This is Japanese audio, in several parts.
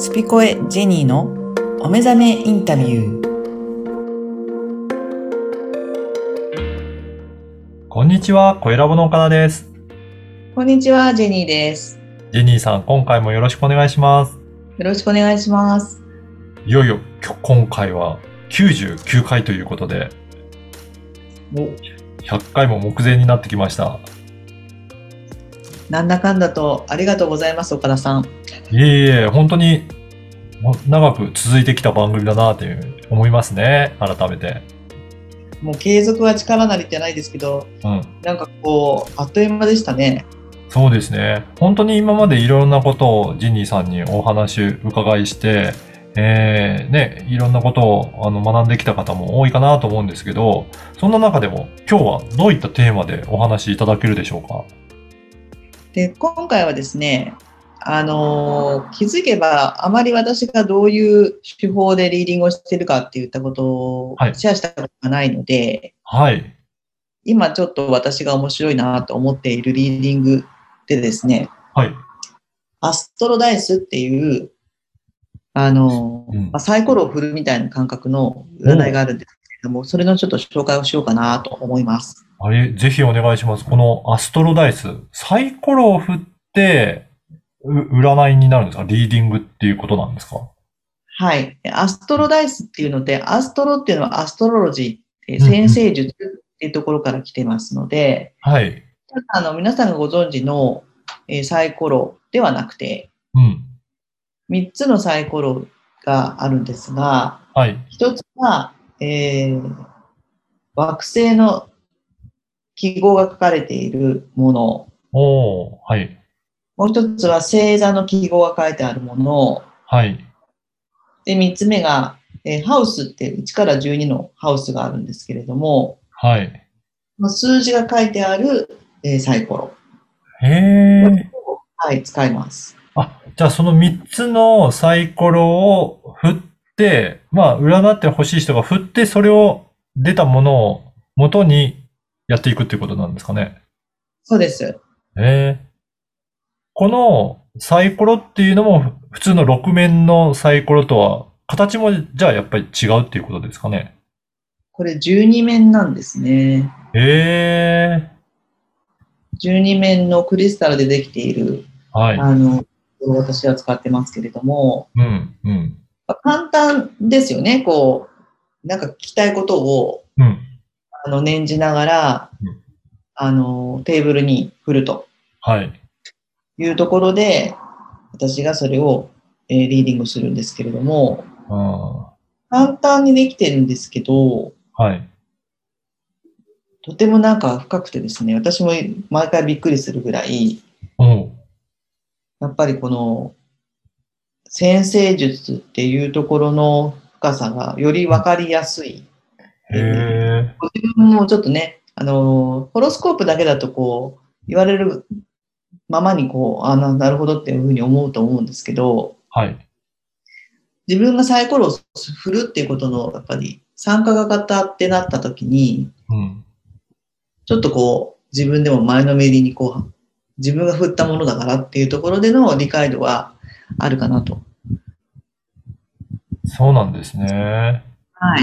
スピコエジェニーのお目覚めインタビュー。 こんにちは、小ラボの岡田です。 こんにちは、ジェニーです。 ジェニーさん、今回もよろしくお願いします。 よろしくお願いします。 いよいよ、今回は99回ということで、100回も目前になってきました。 なんだかんだとありがとうございます、岡田さん。 いえいえ、本当に長く続いてきた番組だなと思いますね、改めて。 もう継続は力なりじゃないですけど、なんかこう、あっという間でしたね。 そうですね。本当に今までいろんなことをジェニーさんにお話伺いして、いろんなことを学んできた方も多いかなと思うんですけど、そんな中でも今日はどういったテーマでお話しいただけるでしょうか？ で、今回はですね、気づけばあまり私がどういう手法でリーディングをしているかっていったことをはい。 シェアしたことがないので、 はい。 今ちょっと私が面白いなと思っているリーディングでですね、 はい。 アストロダイスっていう、 うん。 サイコロを振るみたいな感覚のおう。 占いがあるんですけれども、それのちょっと紹介をしようかなと思います。 ぜひお願いします。このアストロダイス、サイコロを振って、占いになるんですか？リーディングっていうことなんですか？ はい。アストロダイスっていうので、アストロっていうのはアストロロジー、 うんうん。 占星術っていうところから来てますので、 はい。 ただ皆さんがご存知の、サイコロではなくて、 うん。 3つのサイコロがあるんですが、 はい。 1つは、惑星の記号が書かれているもの、 おー。はい。 もう1つは星座の記号が書いてあるもの、 はい。 で、3つ目が、ハウスって1から12のハウスがあるんですけれども、 はい。 数字が書いてある、サイコロ。 へこれえ。 を、はい、使います。 じゃあその3つのサイコロを振って、占って欲しい人が振って、それを出たものを元にやっていくっていうことなんですかね。 そうです。 ええ。このサイコロっていうのも普通の6面のサイコロとは、形もじゃあやっぱり違うっていうことですかね。 これ12面なんですね。 ええ。 12面のクリスタルでできている、 はい。 あの、私は使ってますけれども、 うん、うん、 簡単ですよね。こう、なんか聞きたいことを、 うん。 念じながら、 うん。 テーブルに振るとはい。 いうところで、私がそれを、リーディングするんですけれども、 あ簡単にできてるんですけど、 あ、はい。 とてもなんか深くてですね、私も毎回びっくりするぐらい、 うん。 やっぱりこの占星術っていうところの深さがより分かりやすい。 へえ。 自分もちょっとね、ホロスコープだけだとこう、言われるままにこう、なるほどっていうふうに思うと思うんですけど、 はい。 自分がサイコロを振るっていうことの、やっぱり参加型ってなった時に、 うん。 ちょっとこう、自分でも前のめりにこう、自分が振ったものだからっていうところでの理解度はあるかなと。 そうなんですね。 はい。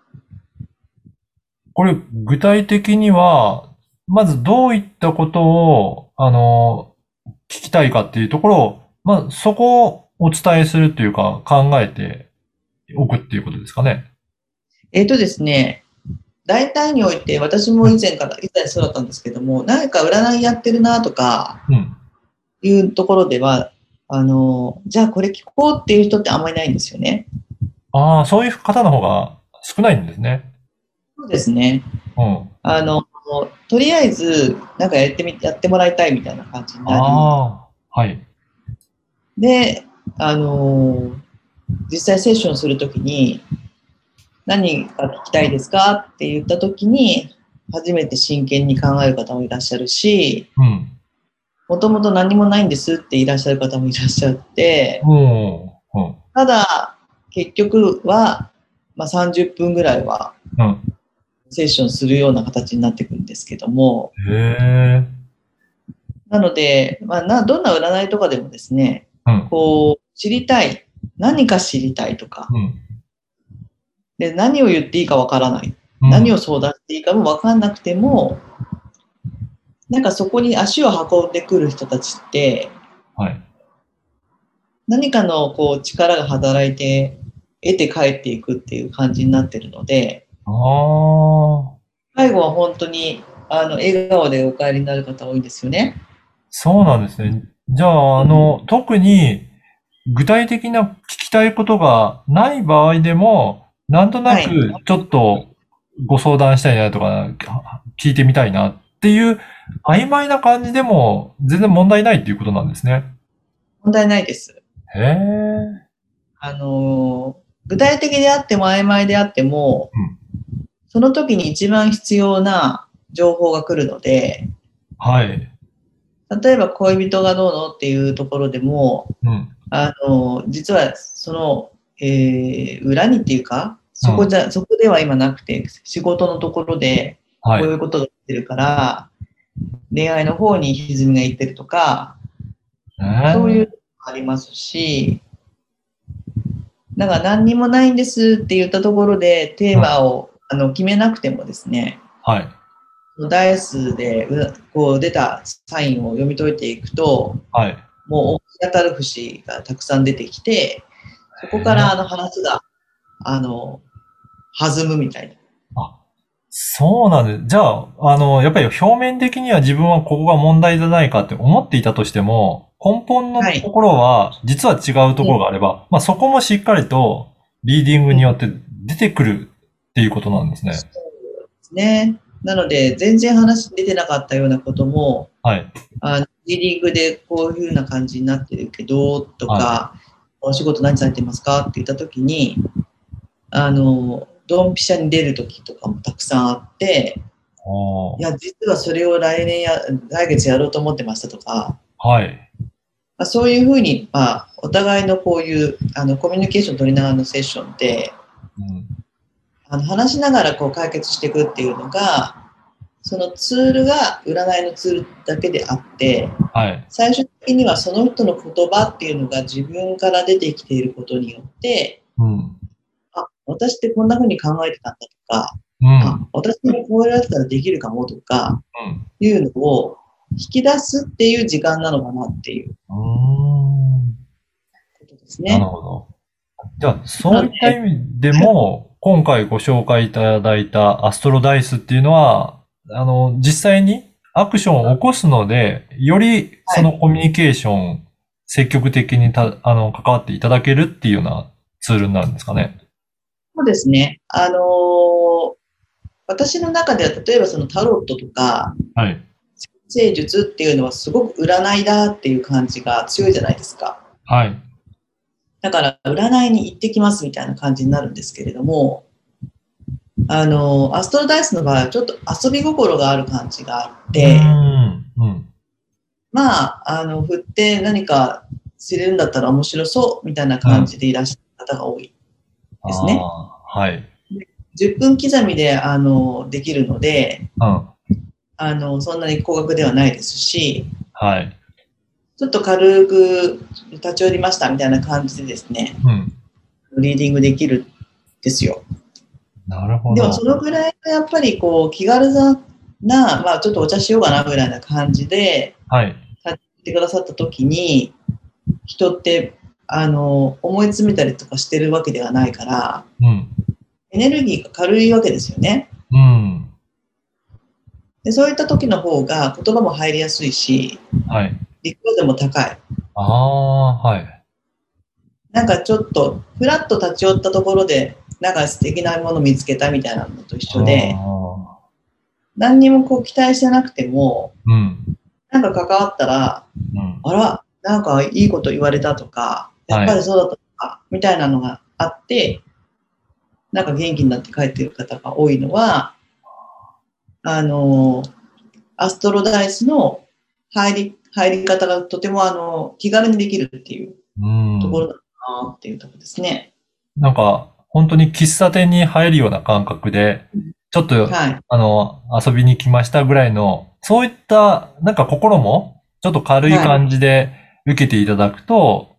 これ、具体的には、まずどういったことを、聞きたいかっていうところを、そこをお伝えするというか、考えておくっていうことですかね。 ですね、大体において私もうん。 以前そうだったんですけども、何か占いやってるなとかうん。 いうところでは、じゃあこれ聞こうっていう人ってあんまりないんですよね。 ああ、そういう方の方が少ないんですね。 そうですね。 うん。 あの、とりあえず、なんかやってもらいたいみたいな感じになり、 ああ、はい。 で、あの、実際セッションするときに、何が聞きたいですかって言ったときに、初めて真剣に考える方もいらっしゃるし、 うん。 もともと何もないんですっていらっしゃる方もいらっしゃって、 うん。うん。 ただ、結局は、30分ぐらいはうん。 セッションするような形になってくるんですけども、 へえ。 なので、どんな占いとかでもですね、 うん。 こう、知りたい。 何か知りたいとか、 うん。 で、何を言っていいかわからない。 うん。 何を相談していいかもわかんなくても、なんかそこに足を運んでくる人たちって、 はい。 何かのこう力が働いて、得て帰っていくっていう感じになってるので、 ああ、 最後は本当に、笑顔でお帰りになる方多いんですよね。 そうなんですね。じゃあ、特に具体的な聞きたいことがない場合でも、なんとなくはい。 ちょっとご相談したいなとか、聞いてみたいなっていう曖昧な感じでも全然問題ないっていうことなんですね。 問題ないです。 へえ。 具体的であっても曖昧であっても、 うん。 その時に一番必要な情報が来るので、 はい。 例えば恋人がどうのっていうところでも、 うん。 実はその、裏にっていうか、 うん。 そこでは今なくて、仕事のところではい。 こういうことが起きてるから、恋愛の方に歪みがいってるとか、 えそういうのえ。 もありますし、だから何にもないんですって言ったところでテーうん。 マを決めなくてもですね、 はい。 ダイスでこう出たサインを読み解いていくと、 はい。 もう思い当たる節がたくさん出てきて、そこからへえ。 話があの弾むみたいな。 あ、そうなんです。じゃあ、やっぱり表面的には自分はここが問題じゃないかって思っていたとしても、根本のはい。 ところは、実は違うところがあれば、まあそこもしっかりとリーディングうん、 によって出てくるっていうことなんですね。 そうですね。なので、全然話出てなかったようなことも、 はい。 リーディングでこういうふうな感じになってるけど、とはい。 か、お仕事何されてますかって言ったときに、ドンピシャに出るときとかもたくさんあって、いおー。 や、実はそれを来月やろうと思ってましたとか、 はい。 まあ、そういうふうに、まあ、お互いのこういうコミュニケーションを取りながらのセッションって、 うん。 話しながらこう解決していくっていうのが、そのツールが占いのツールだけであって、 はい。 最終的にはその人の言葉っていうのが自分から出てきていることによって、 うん。 あ、私ってこんな風に考えてたんだとか、あ、 うん。 私もこうやったらできるかもとかうん。 いうのを引き出すっていう時間なのかなっていううーん。 ことですなるね。 ほど。じゃあ、 なので、 そういった意味でも、今回ご紹介いただいたアストロダイスっていうのは、実際にアクションを起こすので、よりそはい。 のコミュニケーション、積極的に関わっていただけるっていうようなツールになるんですかね。 そうですね。私の中では例えばそのタロットとか、 はい。 星術っていうのはすごく占いだっていう感じが強いじゃないですか。 はい。 だから占いに行ってきますみたいな感じになるんですけれども、アストロダイスの場合はちょっと遊び心がある感じがあっうーて、 ん。うん。 まあ、振って何か知れるんだったら面白そうみたいなうん。 感じでいらっしゃる方が多いあですね。 あ、はい。 10分刻みで、できるので、 うん。 そんなに高額ではないですし、 はい。 ちょっと軽く立ち寄りましたみたいな感じでですね、 うん。 リーディングできるんですよ。 なるほでもそど。 のぐらいのやっぱりこう気軽な、まあちょっとお茶しようかなぐらいな感じではい。 立ってくださった時に、人って思い詰めたりとかしてるわけではないから、 うん。 エネルギーが軽いわけですよね。 うん。 でそういった時の方が言葉も入りやすいし、 はい。 理解度も高い。 ああ、はい。 なんかちょっとふらっと立ち寄ったところでなんか素敵なもの見つけたみたいなのと一あ緒で、 あ。 何にもこう期待してなくても、 うん。 なんか関わったら、 うん。 あら、なんかいいこと言われたとか、やっはい。 ぱりそうだったとか、みたいなのがあって、なんか元気になって帰っている方が多いのは、あの、アストロダイスの入り方がとても気軽にできるっていううん。 ところだなっていうところですね。 なんか、本当に喫茶店に入るような感覚で、ちょっと、 はい。 遊びに来ましたぐらいの、そういった、なんか心も、ちょっと軽いはい。 感じで受けていただくと、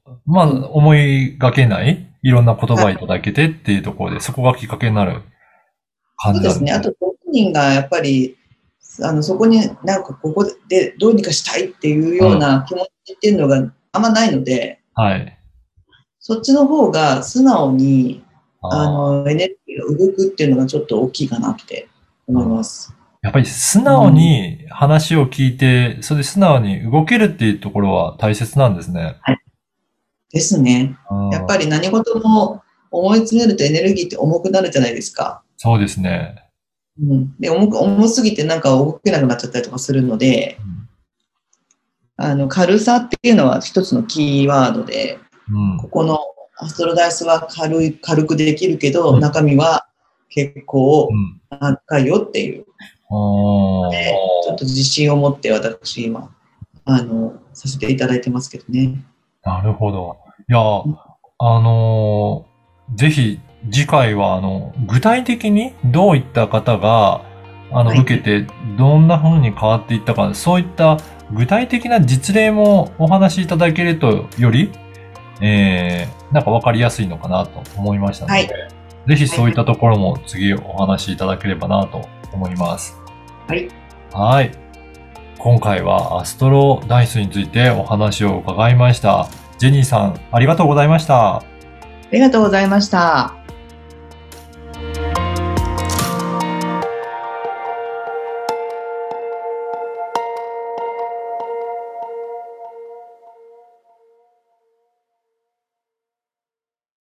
まあ、思いがけないいろんな言葉いただけてっていうところで、そこがきっかけになる感そうですね。 じなんですね。 あと、本人がやっぱり、そこになんかここでどうにかしたいっていうよううん。 な気持ちっていうのがあんまないので、 はい。 そっちの方が素直に、 あエネルギーが動くっていうのがちょっと大きいかなって思いあ、うん。 ます。 やっぱり素直うん。 に話を聞いて、それで素直に動けるっていうところは大切なんですね。 はい。ですね。 うん。 やっぱり何事も思い詰めるとエネルギーって重くなるじゃないですか。 そうですね。 うん。で、重すぎてなんか動けなくなっちゃったりとかするので、軽さっていうのは一つのキーワードで、 うん。 ここのアストロダイスは軽くできるけど、 うん。 中身は結構うん。 高いよっていう、 ああ、 ちょっと自信を持って私今、させていただいてますけどね。 なるほど。いや、ぜひ次回は、具体的にどういった方が、 はい。 受けて、どんな風に変わっていったか、そういった具体的な実例もお話しいただけると、より、なんかわかりやすいのかなと思いましたので、 はい。 ぜひはい。 そういったところも次お話しいただければなと思います。 はい。 はい。今回はアストロダイスについてお話を伺いました。ジェニーさん、ありがとうございました。 ありがとうございました。